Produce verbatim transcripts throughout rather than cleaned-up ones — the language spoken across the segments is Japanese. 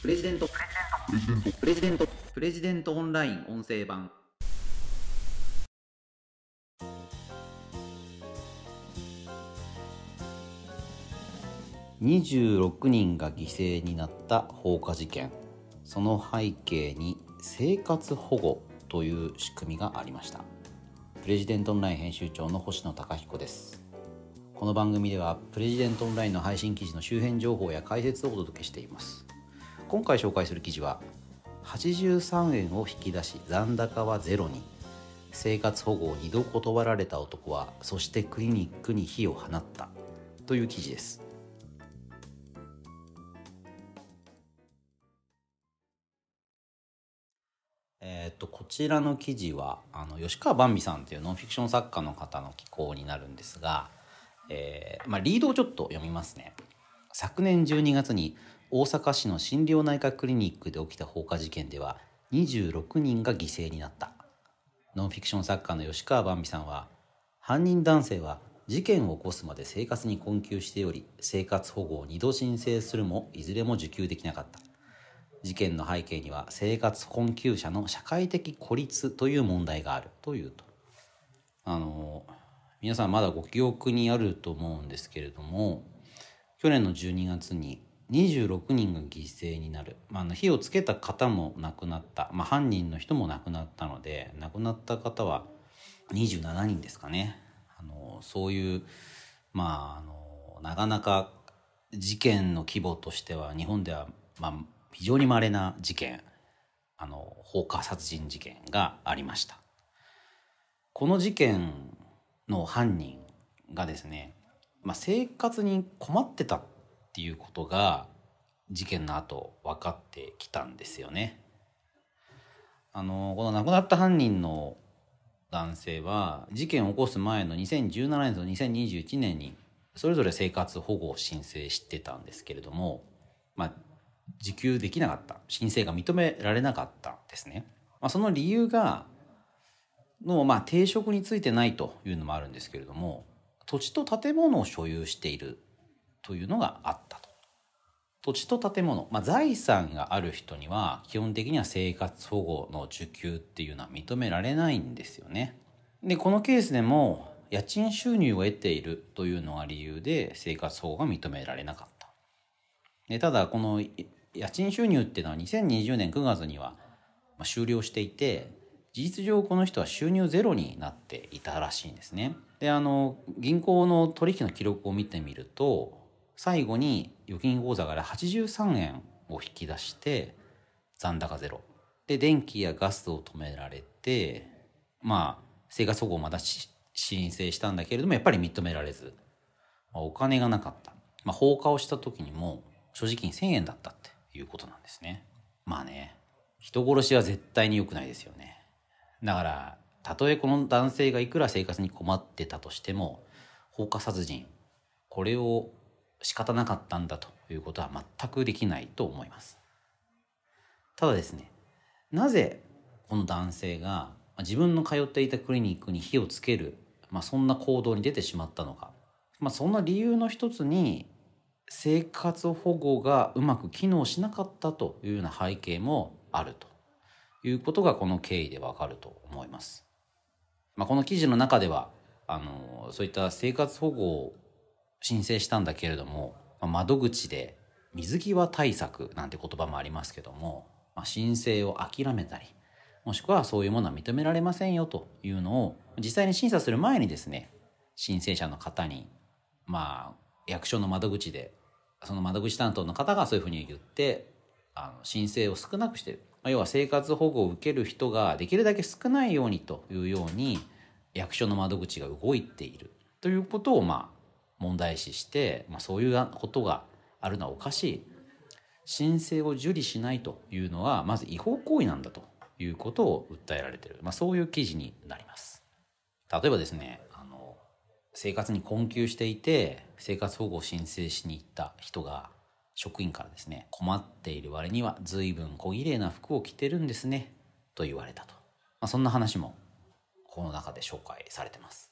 プレジデントプレジデントプレジデントオンライン音声版。にじゅうろくにんが犠牲になった放火事件、その背景に生活保護という仕組みがありました。プレジデントオンライン編集長の星野貴彦です。この番組ではプレジデントオンラインの配信記事の周辺情報や解説をお届けしています。今回紹介する記事は、はちじゅうさんえんを引き出し残高はゼロに、生活保護をにど断られた男はそしてクリニックに火を放ったという記事です。えー、とこちらの記事はあの吉川ばんびさんというノンフィクション作家の方の寄稿になるんですが、えーまあ、リードをちょっと読みますね。昨年じゅうにがつに大阪市の心療内科クリニックで起きた放火事件ではにじゅうろくにんが犠牲になった。ノンフィクション作家の吉川ばんびさんは、犯人男性は事件を起こすまで生活に困窮しており、生活保護をにど申請するもいずれも受給できなかった。事件の背景には生活困窮者の社会的孤立という問題があるというと、あの皆さんまだご記憶にあると思うんですけれども、去年のじゅうにがつににじゅうろくにんが犠牲になる、まあ、火をつけた方も亡くなった、まあ、犯人の人も亡くなったので、亡くなった方はにじゅうななにんですかね。あのそういう、まあ、あのなかなか事件の規模としては日本では、まあ、非常に稀な事件、あの放火殺人事件がありました。この事件の犯人がですね、まあ、生活に困ってたっていうことが事件の後分かってきたんですよね。あのこの亡くなった犯人の男性は事件を起こす前のにせんじゅうななねんとにせんにじゅういちねんにそれぞれ生活保護を申請してたんですけれども、まあ、受給できなかった、申請が認められなかったんですね。まあ、その理由がの、まあ、定職についてないというのもあるんですけれども、土地と建物を所有しているというのがあったと。土地と建物、まあ、財産がある人には基本的には生活保護の受給っていうのは認められないんですよね。でこのケースでも家賃収入を得ているというのが理由で生活保護が認められなかった。でただこの家賃収入っていうのはにせんにじゅうねんくがつには終了していて、事実上この人は収入ゼロになっていたらしいんですね。であの銀行の取引の記録を見てみると、最後に預金口座からはちじゅうさんえんを引き出して残高ゼロで、電気やガスを止められて、まあ生活保護をまた申請したんだけれどもやっぱり認められず、まあ、お金がなかった、まあ、放火をした時にも所持金せんえんだったっていうことなんですね。まあね、人殺しは絶対に良くないですよね。だからたとえこの男性がいくら生活に困ってたとしても、放火殺人、これを仕方なかったんだということは全くできないと思います。ただですね、なぜこの男性が自分の通っていたクリニックに火をつける、まあ、そんな行動に出てしまったのか、まあ、そんな理由の一つに生活保護がうまく機能しなかったというような背景もあるということがこの経緯でわかると思います。まあ、この記事の中ではあのそういった生活保護を申請したんだけれども、まあ、窓口で水際対策なんて言葉もありますけども、まあ、申請を諦めたり、もしくはそういうものは認められませんよというのを実際に審査する前にですね、申請者の方に、まあ役所の窓口でその窓口担当の方がそういうふうに言ってあの申請を少なくしている、まあ、要は生活保護を受ける人ができるだけ少ないようにというように役所の窓口が動いているということをまあ問題視して、まあ、そういうことがあるのはおかしい、申請を受理しないというのはまず違法行為なんだということを訴えられている、まあ、そういう記事になります。例えばですね、あの生活に困窮していて生活保護を申請しに行った人が職員からですね、困っている割には随分小綺麗な服を着てるんですねと言われたと、まあ、そんな話もこの中で紹介されてます。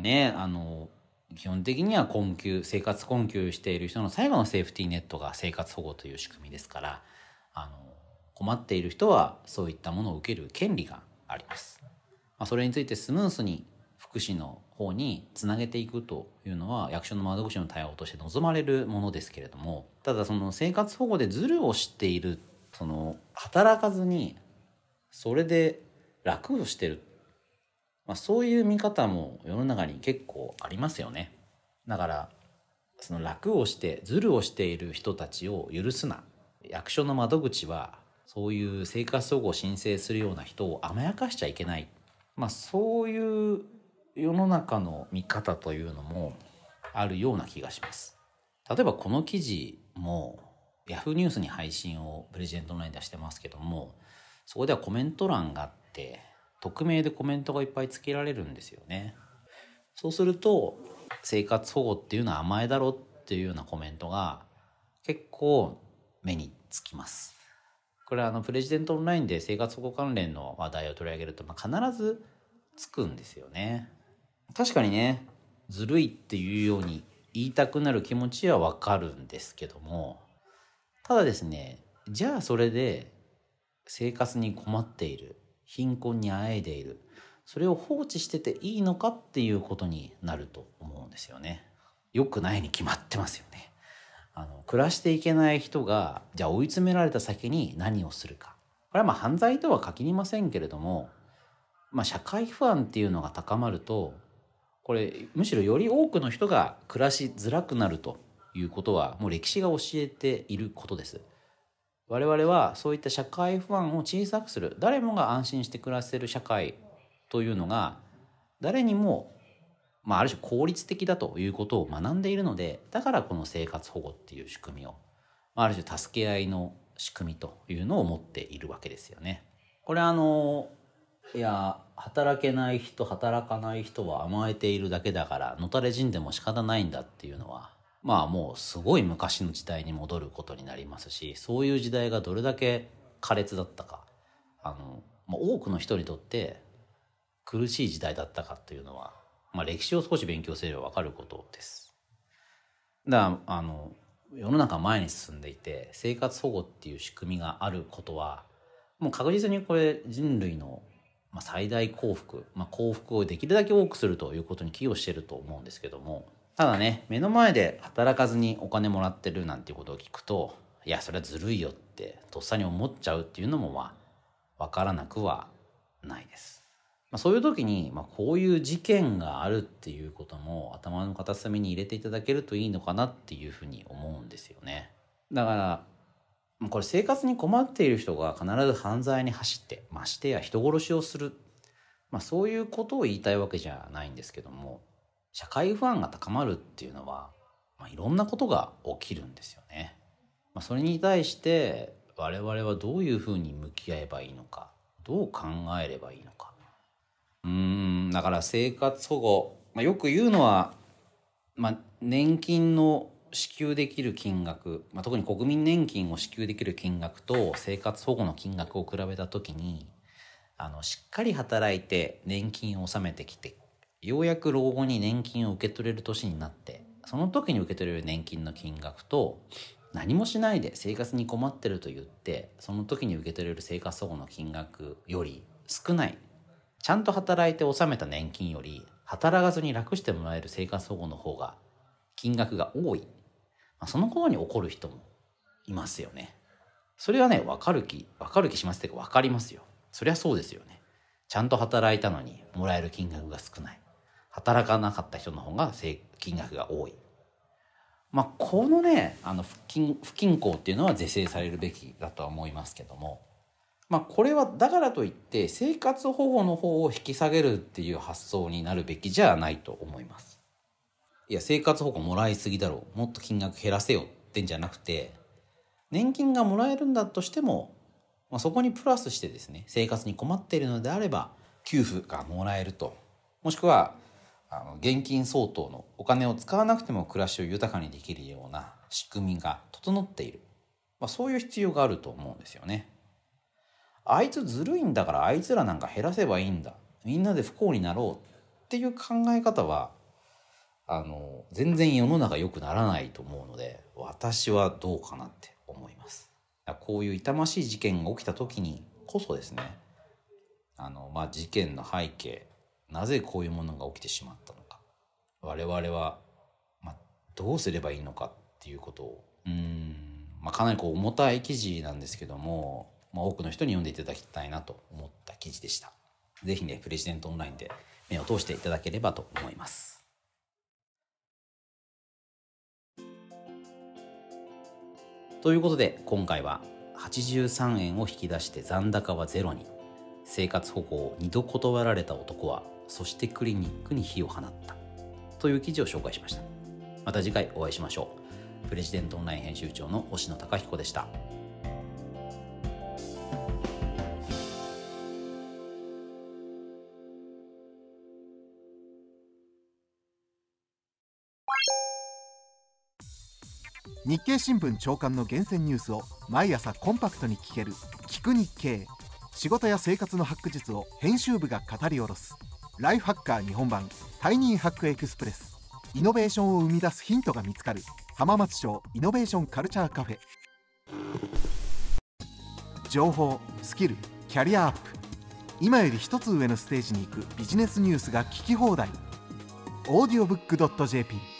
ね、あの基本的には困窮生活困窮している人の最後のセーフティーネットが生活保護という仕組みですから、あの困っている人はそういったものを受ける権利があります。まあ、それについてスムースに福祉の方につなげていくというのは役所の窓口の対応として望まれるものですけれども、ただその生活保護でズルをしている、その働かずにそれで楽をしてる、まあ、そういう見方も世の中に結構ありますよね。だからその楽をしてズルをしている人たちを許すな、役所の窓口はそういう生活保護を申請するような人を甘やかしちゃいけない、まあ、そういう世の中の見方というのもあるような気がします。例えばこの記事もヤフーニュースに配信をプレジデントオンラインでしてますけども、そこではコメント欄があって匿名でコメントがいっぱいつけられるんですよね。そうすると生活保護っていうのは甘えだろっていうようなコメントが結構目につきます。これはあのプレジデントオンラインで生活保護関連の話題を取り上げると、まあ、必ずつくんですよね。確かにね、ずるいっていうように言いたくなる気持ちはわかるんですけども、ただですね、じゃあそれで生活に困っている、貧困にあえいでいる、それを放置してていいのかっていうことになると思うんですよね。よくないに決まってますよね。あの暮らしていけない人がじゃあ追い詰められた先に何をするか、これはまあ犯罪とは限りませんけれども、まあ、社会不安っていうのが高まると、これむしろより多くの人が暮らしづらくなるということはもう歴史が教えていることです。我々はそういった社会不安を小さくする、誰もが安心して暮らせる社会というのが誰にも、まあ、ある種効率的だということを学んでいるので、だからこの生活保護っていう仕組みを、まあ、ある種助け合いの仕組みというのを持っているわけですよね。これあのいや働けない人働かない人は甘えているだけだからのたれ死んでも仕方ないんだっていうのは、まあもうすごい昔の時代に戻ることになりますし、そういう時代がどれだけ苛烈だったか、あの、まあ、多くの人にとって苦しい時代だったかというのは、まあ、歴史を少し勉強すれば分かることです。だからあの世の中前に進んでいて生活保護っていう仕組みがあることはもう確実にこれ人類の最大幸福、まあ、幸福をできるだけ多くするということに寄与していると思うんですけども、ただね、目の前で働かずにお金もらってるなんていうことを聞くと、いやそれはずるいよってとっさに思っちゃうっていうのもまあ分からなくはないです。まあ、そういう時に、まあ、こういう事件があるっていうことも頭の片隅に入れていただけるといいのかなっていうふうに思うんですよね。だからこれ生活に困っている人が必ず犯罪に走って、ましてや人殺しをする、まあ、そういうことを言いたいわけじゃないんですけども、社会不安が高まるっていうのは、まあ、いろんなことが起きるんですよね。まあ、それに対して我々はどういうふうに向き合えばいいのか、どう考えればいいのか。うーんだから生活保護、まあ、よく言うのは、まあ、年金の支給できる金額、まあ、特に国民年金を支給できる金額と生活保護の金額を比べたときに、あのしっかり働いて年金を納めてきて、ようやく老後に年金を受け取れる年になって、その時に受け取れる年金の金額と、何もしないで生活に困ってると言ってその時に受け取れる生活保護の金額より少ない、ちゃんと働いて納めた年金より働かずに楽してもらえる生活保護の方が金額が多い、まあ、その頃に怒る人もいますよね。それはね、分かる気分かる気しますっていうか分かりますよ。そりゃそうですよね。ちゃんと働いたのにもらえる金額が少ない、働かなかった人の方が金額が多い、まあ、このねあの不均、不均衡っていうのは是正されるべきだとは思いますけども、まあ、これはだからといって生活保護の方を引き下げるっていう発想になるべきじゃないと思います。いや生活保護もらいすぎだろう、もっと金額減らせよってんじゃなくて、年金がもらえるんだとしても、まあ、そこにプラスしてですね、生活に困っているのであれば給付がもらえると、もしくはあの現金相当のお金を使わなくても暮らしを豊かにできるような仕組みが整っている、まあ、そういう必要があると思うんですよね。あいつずるいんだからあいつらなんか減らせばいいんだ、みんなで不幸になろうっていう考え方はあの全然世の中良くならないと思うので、私はどうかなって思います。こういう痛ましい事件が起きた時にこそですね、あの、まあ、事件の背景、なぜこういうものが起きてしまったのか、我々は、まあ、どうすればいいのかっていうことを、うーん、まあ、かなりこう重たい記事なんですけども、まあ、多くの人に読んでいただきたいなと思った記事でした。ぜひね、プレジデントオンラインで目を通していただければと思います。ということで、今回ははちじゅうさんえんを引き出して残高はゼロに、生活保護をにど断られた男はそしてクリニックに火を放ったという記事を紹介しました。また次回お会いしましょう。プレジデントオンライン編集長の星野貴彦でした。 日経新聞朝刊の厳選ニュースを毎朝コンパクトに聞ける聞く日経。仕事や生活のハック術を編集部が語り下ろすライフハッカー日本版タイニーハックエクスプレス。イノベーションを生み出すヒントが見つかる浜松町イノベーションカルチャーカフェ。情報、スキル、キャリアアップ、今より一つ上のステージに行くビジネスニュースが聞き放題。オーディオブックドットジェーピー